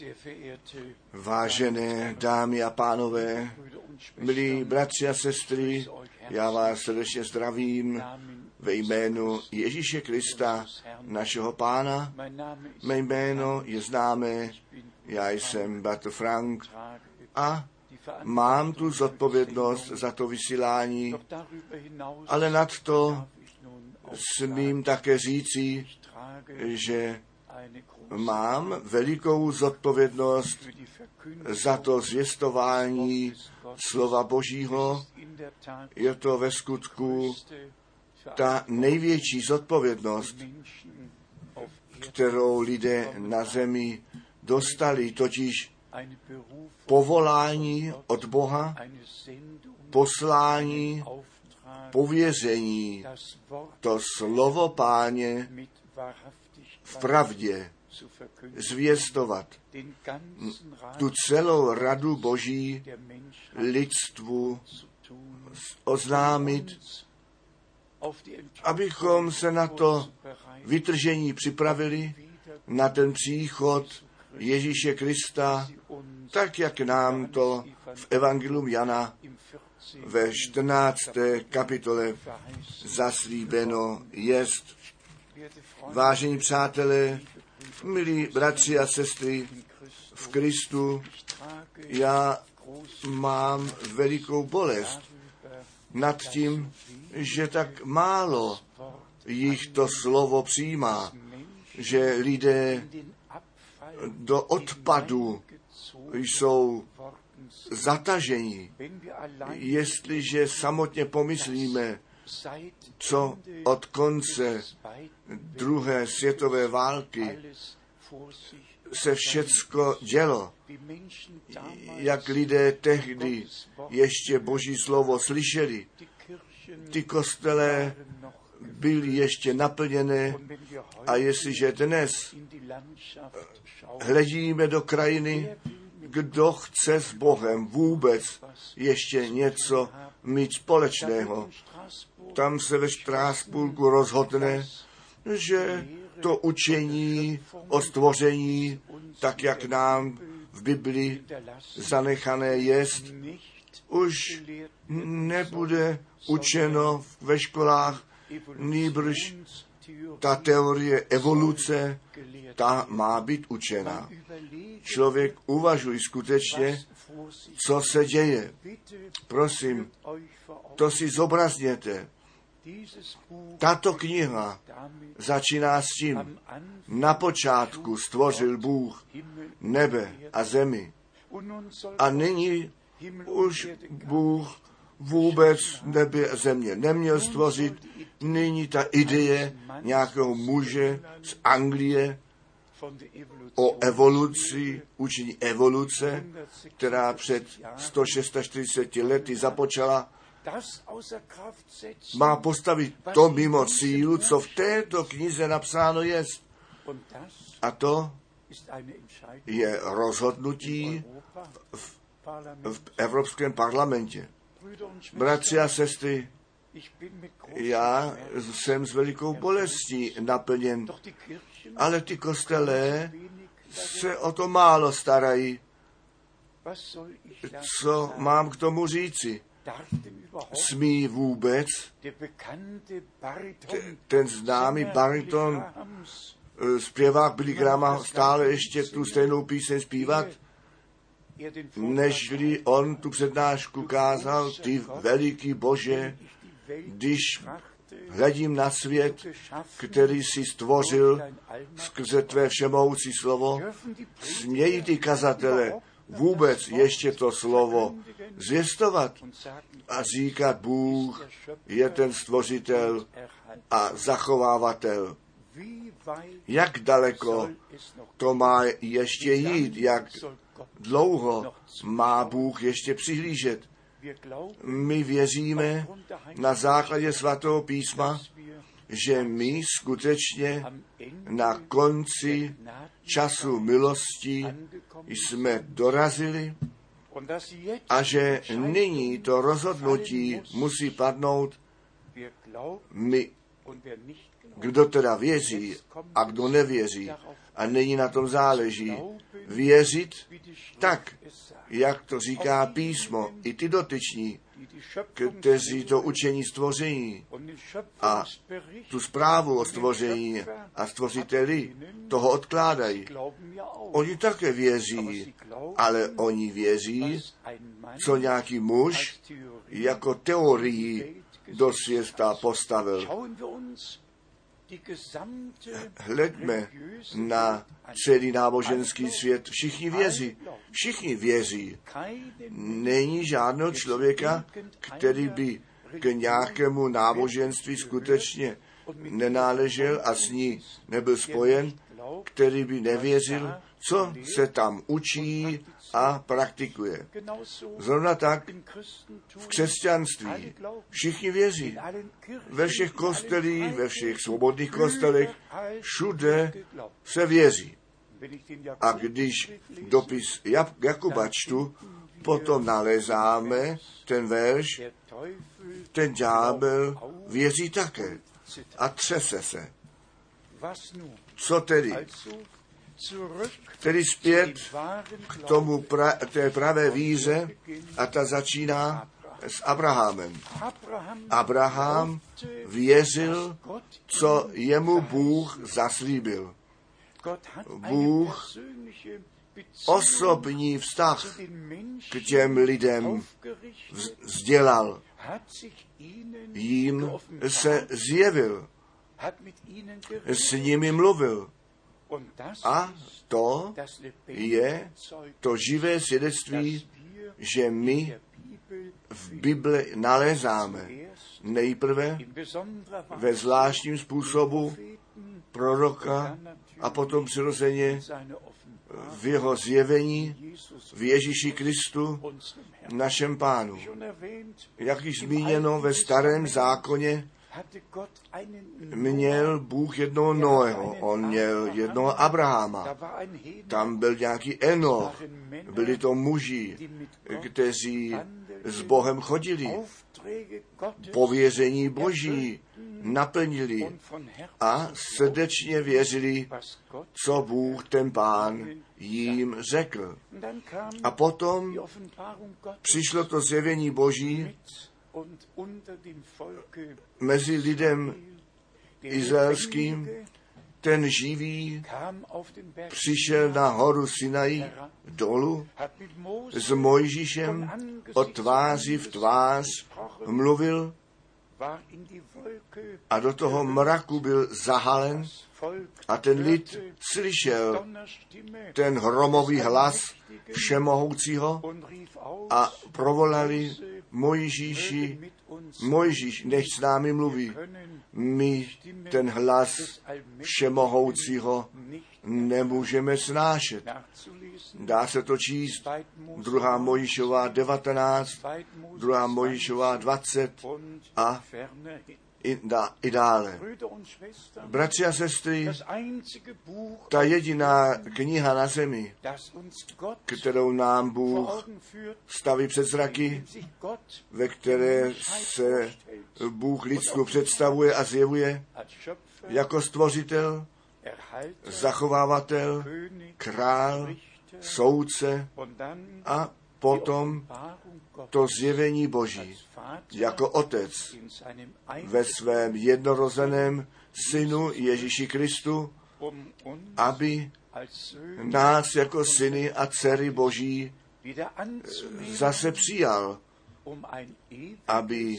Vážené dámy a pánové, milí bratři a sestry, já vás srdečně zdravím ve jménu Ježíše Krista, našeho Pána. Mé jméno je známé, já jsem bratr Frank a mám tu zodpovědnost za to vysílání, ale nad to smím také říci, že mám velikou zodpovědnost za to zvěstování slova Božího. Je to ve skutku ta největší zodpovědnost, kterou lidé na zemi dostali, totiž povolání od Boha, poslání, pověření, to slovo Páně v pravdě zvěstovat, tu celou radu Boží lidstvu oznámit, abychom se na to vytržení připravili, na ten příchod Ježíše Krista, tak jak nám to v Evangelium Jana ve 14. kapitole zaslíbeno jest. Vážení přátelé, milí bratři a sestry v Kristu, já mám velikou bolest nad tím, že tak málo jich to slovo přijímá, že lidé do odpadu jsou zataženi. Jestliže samotně pomyslíme, co od konce druhé světové války se všecko dělo, jak lidé tehdy ještě Boží slovo slyšeli, ty kostele byly ještě naplněné a jestliže dnes hledíme do krajiny, kdo chce s Bohem vůbec ještě něco mít společného, tam se ve Štrásburgu rozhodne, že to učení o stvoření, tak jak nám v Biblii zanechané jest, už nebude učeno ve školách, nýbrž ta teorie evoluce, ta má být učena. Člověk uvažuje skutečně, co se děje. Prosím, to si zobrazněte. Tato kniha začíná s tím. Na počátku stvořil Bůh nebe a zemi. A nyní už Bůh vůbec nebe a země neměl stvořit. Nyní ta idee nějakého muže z Anglie o evoluci, učení evoluce, která před 146 lety započala, má postavit to mimo sílu, co v této knize napsáno jest. A to je rozhodnutí v Evropském parlamentě. Bratři a sestry, já jsem s velikou bolestí naplněn, ale ty kostele se o to málo starají. Co mám k tomu říci? Smí vůbec ten známý bariton zpěvák Billy Grahama stále ještě tu stejnou píseň zpívat, nežli on tu přednášku kázal, ty veliký Bože, když hledím na svět, který si stvořil skrze tvé všemohoucí slovo, smějí ty kazatele vůbec ještě to slovo zvěstovat a říkat, Bůh je ten stvořitel a zachovávatel. Jak daleko to má ještě jít, jak dlouho má Bůh ještě přihlížet. My věříme na základě svatého písma, že my skutečně na konci času milosti jsme dorazili a že nyní to rozhodnutí musí padnout. My, kdo teda věří a kdo nevěří, a nyní na tom záleží. Věřit tak, jak to říká písmo, i ty dotyční, kteří to učení stvoření a tu zprávu o stvoření a stvořiteli toho odkládají. Oni také věří, ale oni věří, co nějaký muž jako teorii do světa postavil. Hleďme na celý náboženský svět. Všichni věří. Není žádného člověka, který by k nějakému náboženství skutečně nenáležel a s ní nebyl spojen, který by nevěřil, co se tam učí a praktikuje. Zrovna tak v křesťanství všichni věří. Ve všech kostelích, ve všech svobodných kostelech, všude se věří. A když dopis Jakuba čtu, potom nalezáme ten verš, ten ďábel věří také a třese se. Co tedy? Tedy zpět k tomu té pravé víře a ta začíná s Abrahamem. Abraham věřil, co jemu Bůh zaslíbil. Bůh osobní vztah k těm lidem sdělal. Jím se zjevil. S nimi mluvil. A to je to živé svědectví, že my v Bibli nalézáme nejprve ve zvláštním způsobu proroka a potom přirozeně v jeho zjevení v Ježíši Kristu, našem Pánu. Jak již zmíněno ve Starém zákoně, měl Bůh jednoho Noého, on měl jednoho Abrahama, tam byl nějaký Enoch, byli to muži, kteří s Bohem chodili, pověření Boží naplnili a srdečně věřili, co Bůh ten Pán jim řekl. A potom přišlo to zjevení Boží mezi lidem izraelským, ten živý přišel na horu Sinaj dolů s Mojžíšem od tváří v tvář mluvil a do toho mraku byl zahalen a ten lid slyšel ten hromový hlas Všemohoucího a provolali Mojžíši, Mojžíš, nech s námi mluví. My ten hlas Všemohoucího nemůžeme snášet. Dá se to číst 2. Mojžíšová 19, 2. Mojžíšová 20 a i dále. Bratři a sestry, ta jediná kniha na zemi, kterou nám Bůh staví před zraky, ve které se Bůh lidsku představuje a zjevuje jako stvořitel, zachovávatel, král, soudce a potom to zjevení Boží jako Otec ve svém jednorozeném Synu Ježíši Kristu, aby nás jako syny a dcery Boží zase přijal, aby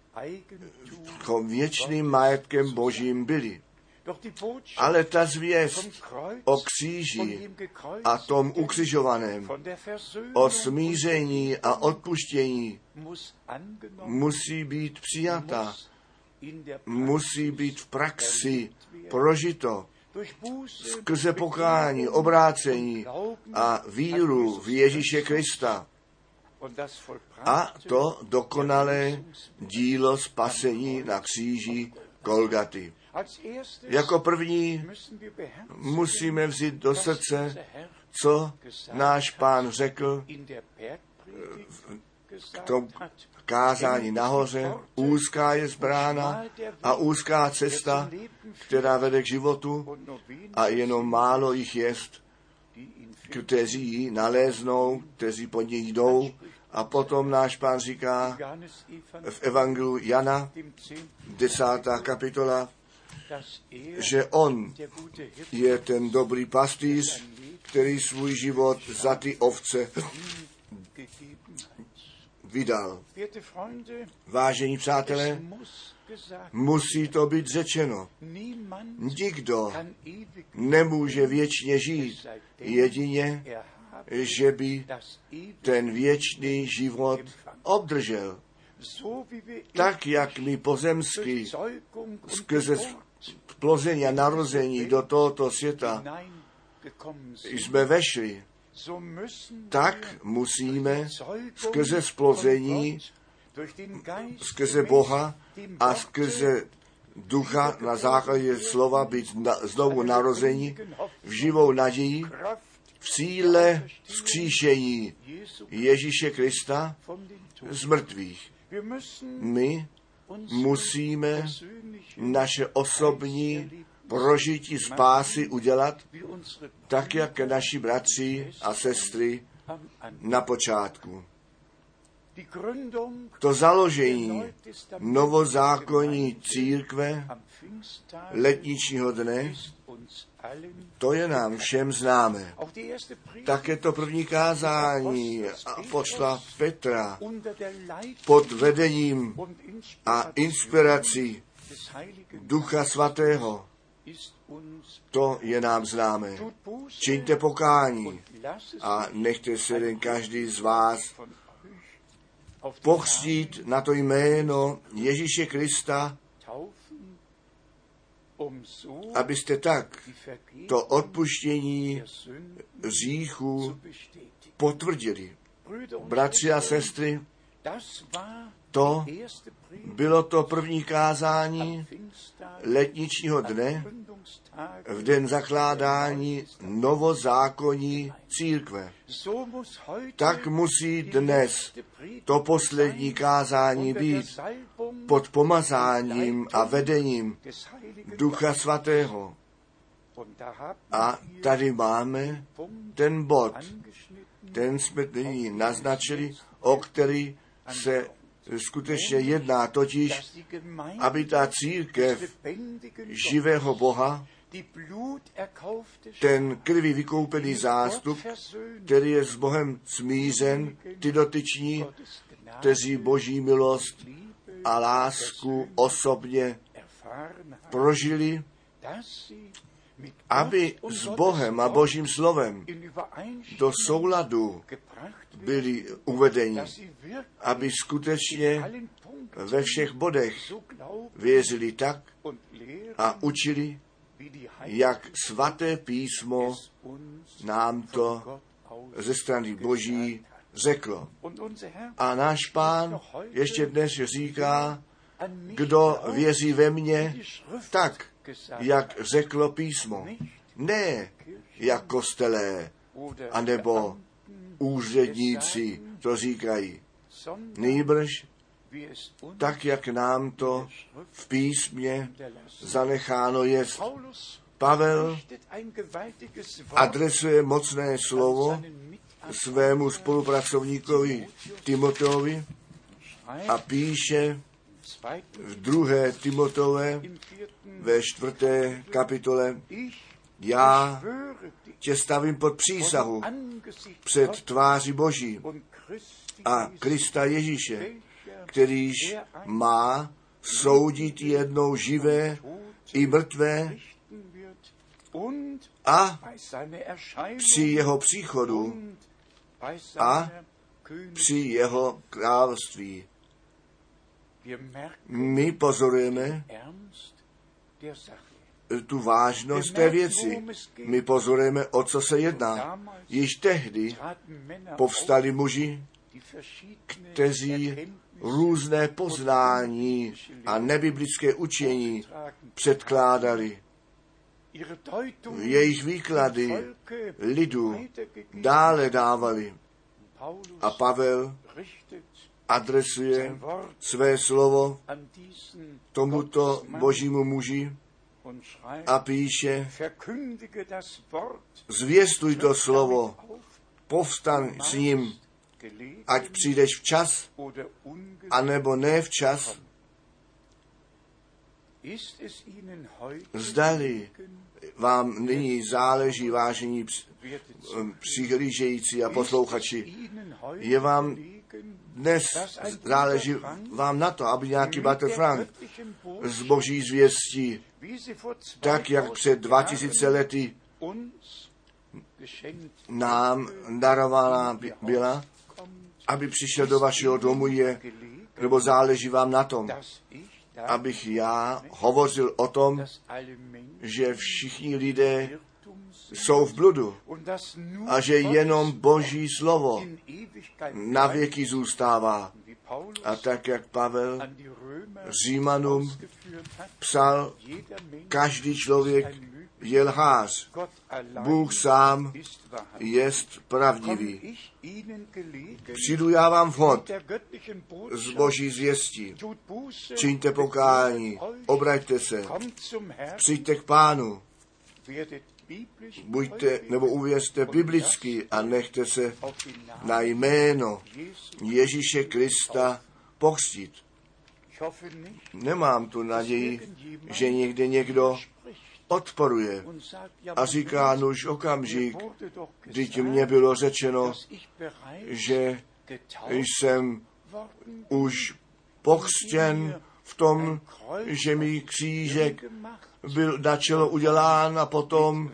věčným majetkem Božím byli. Ale ta zvěst o kříži a tom ukřižovaném, o smíření a odpuštění musí být přijata, musí být v praxi prožito skrze pokání, obrácení a víru v Ježíše Krista. A to dokonalé dílo spasení na kříži Golgaty. Jako první musíme vzít do srdce, co náš Pán řekl k tomu kázání nahoře, úzká je brána a úzká cesta, která vede k životu a jenom málo jich jest, kteří ji naléznou, kteří po ní jdou. A potom náš Pán říká v Evangeliu Jana, 10. kapitola, že on je ten dobrý pastýř, který svůj život za ty ovce vydal. Vážení přátelé, musí to být řečeno. Nikdo nemůže věčně žít, jedině, že by ten věčný život obdržel. Tak, jak my pozemsky skrze splození a narození do tohoto světa jsme vešli, tak musíme skrze splození, skrze Boha a skrze Ducha na základě slova být znovu narození v živou naději, v síle vzkříšení Ježíše Krista z mrtvých. My musíme naše osobní prožití spásy udělat, tak jak naši bratři a sestry na počátku. To založení novozákonní církve letničního dne, to je nám všem známé. Také to první kázání apoštola Petra pod vedením a inspirací Ducha Svatého, to je nám známé. Čiňte pokání a nechte se jeden každý z vás pokřtít na to jméno Ježíše Krista, abyste tak to odpuštění hříchů potvrdili. Bratři a sestry, to bylo to první kázání letničního dne v den zakládání novozákonní církve. Tak musí dnes to poslední kázání být pod pomazáním a vedením Ducha Svatého. A tady máme ten bod, ten jsme nyní naznačili, o který se skutečně jedná, totiž, aby ta církev živého Boha, ten krví vykoupený zástup, který je s Bohem smířen, ty dotyční, kteří Boží milost a lásku osobně prožili, aby s Bohem a Božím slovem do souladu byli uvedeni, aby skutečně ve všech bodech věřili tak a učili, jak svaté písmo nám to ze strany Boží řeklo. A náš Pán ještě dnes říká, kdo věří ve mě, tak, jak řeklo písmo. Ne jak kostelé, anebo úředníci to říkají. Nýbrž tak, jak nám to v písmě zanecháno jest. Pavel adresuje mocné slovo svému spolupracovníkovi Timoteovi a píše v 2. Timotové ve 4. kapitole: já tě stavím pod přísahu před tváří Boží a Krista Ježíše, kterýž má soudit jednou živé i mrtvé a při jeho příchodu a při jeho království. My pozorujeme tu vážnost té věci. My pozorujeme, o co se jedná. Již tehdy povstali muži, kteří různé poznání a nebiblické učení předkládali. Jejich výklady lidu dále dávali. A Pavel adresuje své slovo tomuto božímu muži a píše: zvěstuj to slovo, povstaň s ním, ať přijdeš včas, anebo ne včas. Zdali vám nyní záleží, vážení přihlížející a posluchači, je vám dnes záleží vám na to, aby nějaký bratr Frank z boží zvěstí, tak jak před 2000 lety nám darována byla, aby přišel do vašeho domu, nebo záleží vám na tom, abych já hovořil o tom, že všichni lidé jsou v bludu a že jenom Boží slovo na věky zůstává. A tak, jak Pavel Římanům psal, každý člověk je lhář. Bůh sám jest pravdivý. Přijdu já vám vhod z Boží zvěstí. Čiňte pokání, obraťte se, přijďte k Pánu. Buďte, nebo uvěřte biblicky a nechte se na jméno Ježíše Krista pokřtít. Nemám tu naději, že někde někdo odporuje a říká, nuž okamžik, vždyť mně bylo řečeno, že jsem už pokřtěn v tom, že mi křížek byl na čelo udělán a potom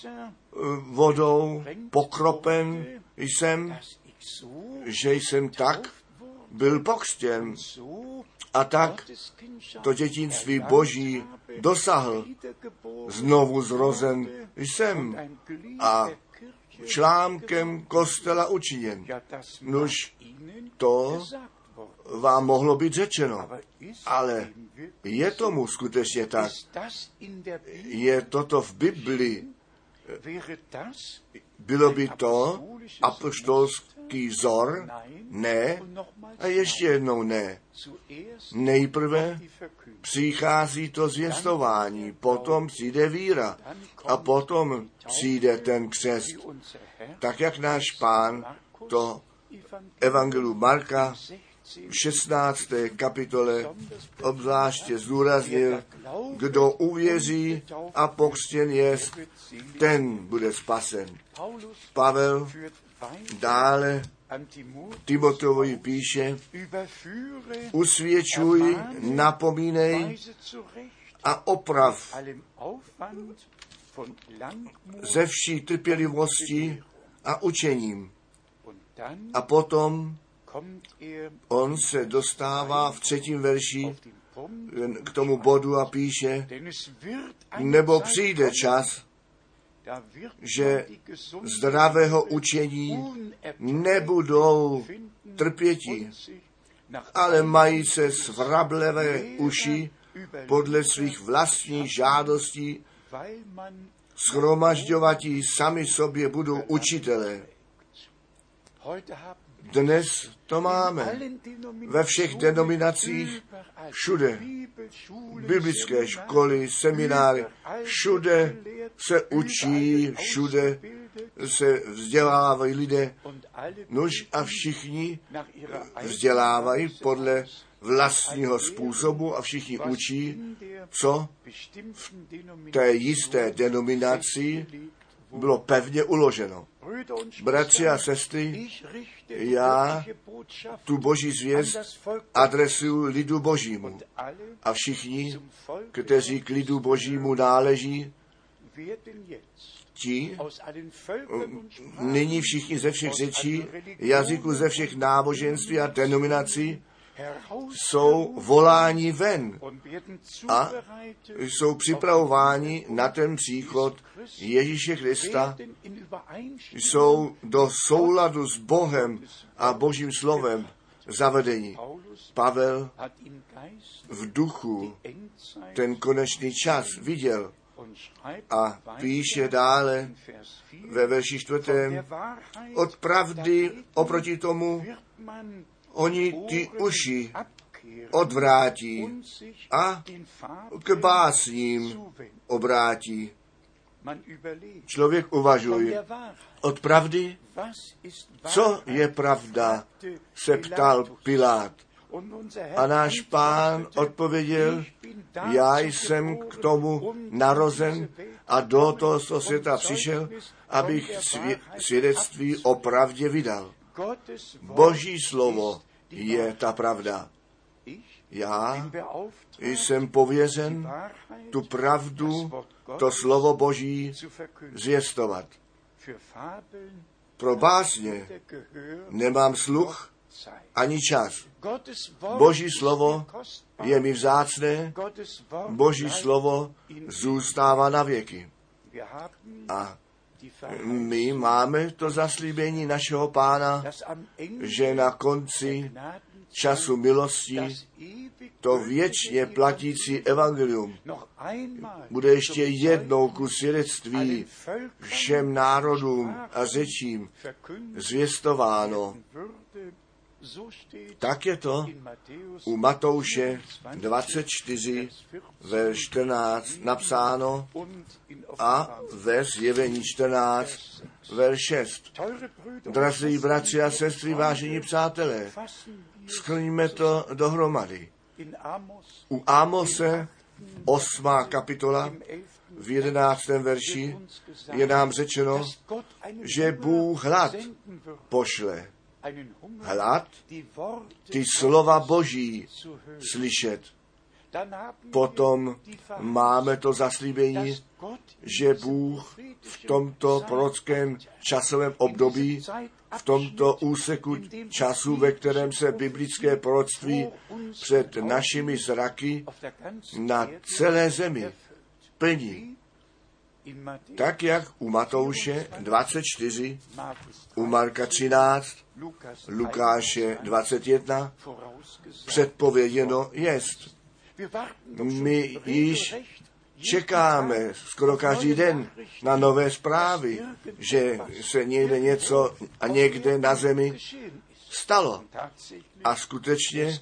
vodou pokropen jsem, že jsem tak byl pokřtěn a tak to dětinství Boží dosahl. Znovu zrozen jsem a článkem kostela učiněn. Nuž to vám mohlo být řečeno, ale je tomu skutečně tak. Je toto v Biblii. Bylo by to apoštolský vzor? Ne. A ještě jednou ne. Nejprve přichází to zvěstování, potom přijde víra a potom přijde ten křest. Tak jak náš Pán to evangelium Marka v 16. kapitole obzvláště zdůraznil, kdo uvěří a pokřtěn jest, ten bude spasen. Pavel dále Timoteovi píše, usvědčuj, napomínej a oprav ze vší trpělivosti a učením. A potom on se dostává v 3. verši k tomu bodu a píše, nebo přijde čas, že zdravého učení nebudou trpěti, ale mají se svrablevé uši podle svých vlastních žádostí shromažďovatí sami sobě budou učitelé. Dnes to máme ve všech denominacích, všude. Biblické školy, semináry, všude se učí, všude se vzdělávají lidé. Nuž a všichni vzdělávají podle vlastního způsobu a všichni učí, co v té jisté denominaci bylo pevně uloženo. Bratři a sestry, já tu Boží zvěst adresuju lidu Božímu. A všichni, kteří k lidu Božímu náleží, ti, nyní všichni ze všech řečí, jazyků, ze všech náboženství a denominací, jsou voláni ven a jsou připravováni na ten příchod Ježíše Krista, jsou do souladu s Bohem a Božím slovem zavedeni. Pavel v duchu ten konečný čas viděl a píše dále ve verši 4. Od pravdy oproti tomu Oni ty uši odvrátí a k básním obrátí. Člověk uvažuje, od pravdy, co je pravda, se ptal Pilát. A náš Pán odpověděl, já jsem k tomu narozen a do tohoto světa přišel, abych svědectví o pravdě vydal. Boží slovo je ta pravda. Já jsem pověřen tu pravdu, to slovo Boží zvěstovat. Pro básně nemám sluch ani čas. Boží slovo je mi vzácné, Boží slovo zůstává na věky. A my máme to zaslíbení našeho Pána, že na konci času milosti to věčně platící evangelium bude ještě jednou ku svědectví všem národům a řečím zvěstováno. Tak je to u Matouše 24, verš 14 napsáno a ve Zjevení 14, verš 6. Drazí bratři a sestry, vážení přátelé, shrňme to dohromady. U Ámose 8. kapitola v 11. verši je nám řečeno, že Bůh hlad pošle. Hlad, ty slova Boží slyšet. Potom máme to zaslíbení, že Bůh v tomto prorockém časovém období, v tomto úseku času, ve kterém se biblické proroctví před našimi zraky na celé zemi plní. Tak jak u Matouše 24, u Marka 13, Lukáše 21 předpověděno jest. My již čekáme skoro každý den na nové zprávy, že se někde něco a někde na zemi stalo. A skutečně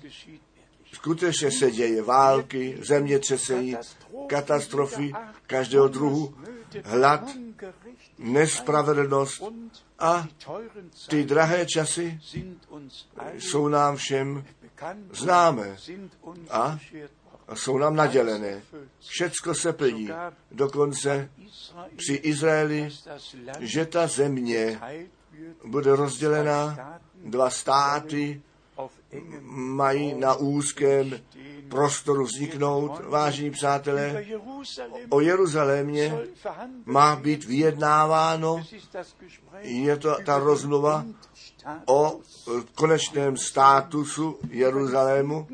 se děje války, zemětřesení, katastrofy každého druhu, hlad, nespravedlnost a ty drahé časy jsou nám všem známé a jsou nám nadělené. Všecko se plní. Dokonce při Izraeli, že ta země bude rozdělená, dva státy mají na úzkém prostoru vzniknout. Vážení přátelé, o Jeruzalémě má být vyjednáváno, je to ta rozmluva o konečném statusu Jeruzalému,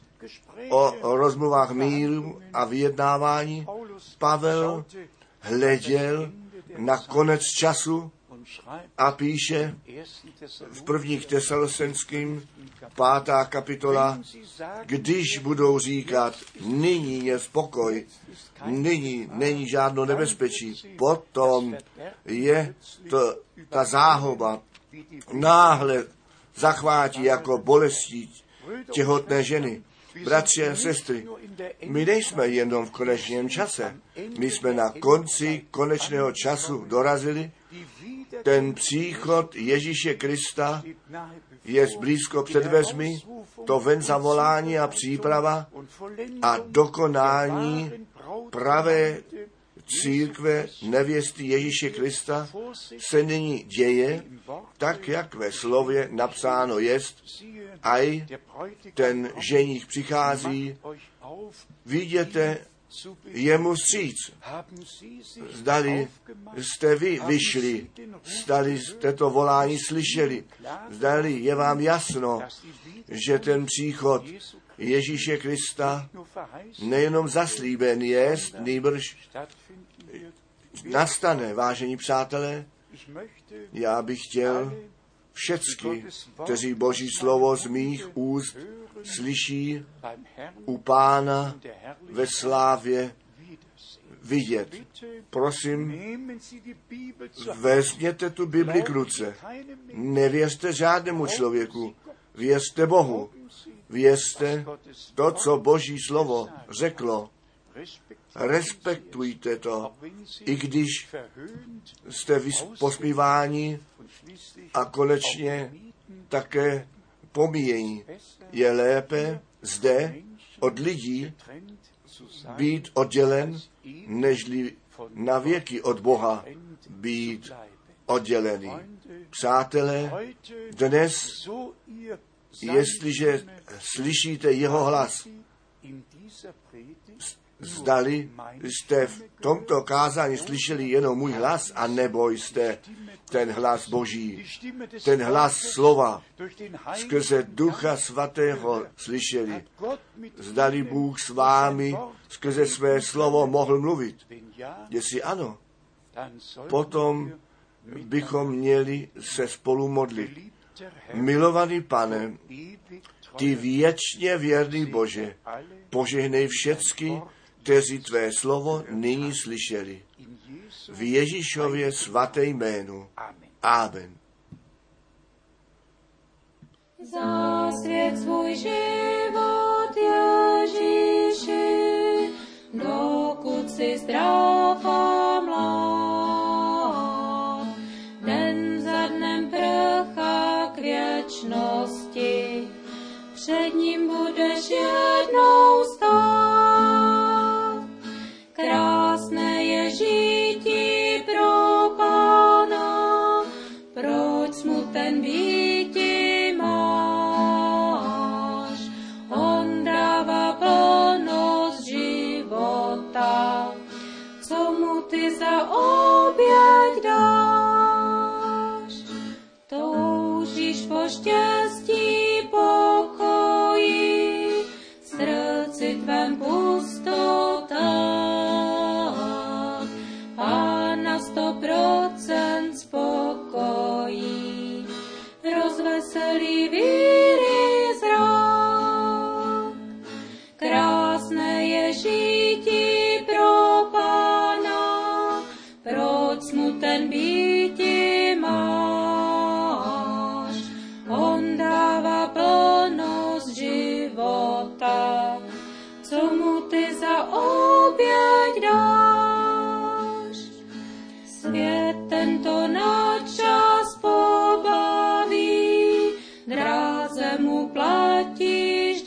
o rozmluvách míru a vyjednávání. Pavel hleděl na konec času a píše v 1. Tesalonickým 5. kapitola, když budou říkat, nyní je spokoj, nyní není žádno nebezpečí, potom je to, ta záhoba náhle zachvátí jako bolestí těhotné ženy. Bratři a sestry, my nejsme jenom v konečném čase. My jsme na konci konečného času dorazili. Ten příchod Ježíše Krista je blízko před dveřmi, to ven zavolání a příprava a dokonání pravé církve nevěsty Ježíše Krista se nyní děje, tak jak ve slově napsáno jest, aj ten ženích přichází, viděte jemu vstříc. Zdali jste vy vyšli, zdali jste to volání slyšeli, zdali je vám jasno, že ten příchod Ježíše Krista nejenom zaslíben jest, nýbrž nastane, vážení přátelé. Já bych chtěl všecky, kteří Boží slovo z mých úst slyší, u Pána ve slávě vidět. Prosím, vezměte tu Bibli k ruce. Nevěřte žádnému člověku. Věřte Bohu. Věřte to, co Boží slovo řeklo. Respektujte to, i když jste posmíváni a konečně také pomíjení. Je lépe zde od lidí být oddělen, nežli na věky od Boha být oddělený. Přátelé, dnes, jestliže slyšíte jeho hlas, zdali jste v tomto kázání slyšeli jenom můj hlas, anebo jste ten hlas Boží, ten hlas slova skrze Ducha Svatého slyšeli. Zdali Bůh s vámi skrze své slovo mohl mluvit. Jestli ano, potom bychom měli se spolu modlit. Milovaný Pane, ty věčně věrný Bože, požehnej všecky, kteří tvé slovo nyní slyšeli. V Ježíšově svaté jménu. Amen. Zasvěť svůj život Ježíši, dokud si zdrav a mlád. Den za dnem prchá k věčnosti, před ním budeš jednou stát. Krásné je žití pro Pána, proč smuten býti máš. On dává plnost života, co mu ty za oběť dáš. Toužíš po štěstí, pokoji, v srdci tvém pustota a na 100% spokojí rozveselí víry zrak. Krásné je žití pro Pána, proč smuten býti máš. On dává plnost života, co mu ty za oběť dáš. Svět tento načas pobaví, dráze mu platíš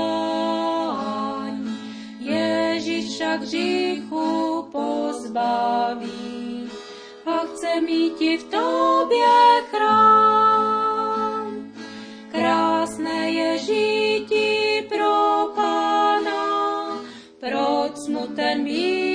daň. Ježíš však hříchu pozbaví a chce mít ti v tobě chrám. Krásné je žití pro Pána, proč smuten být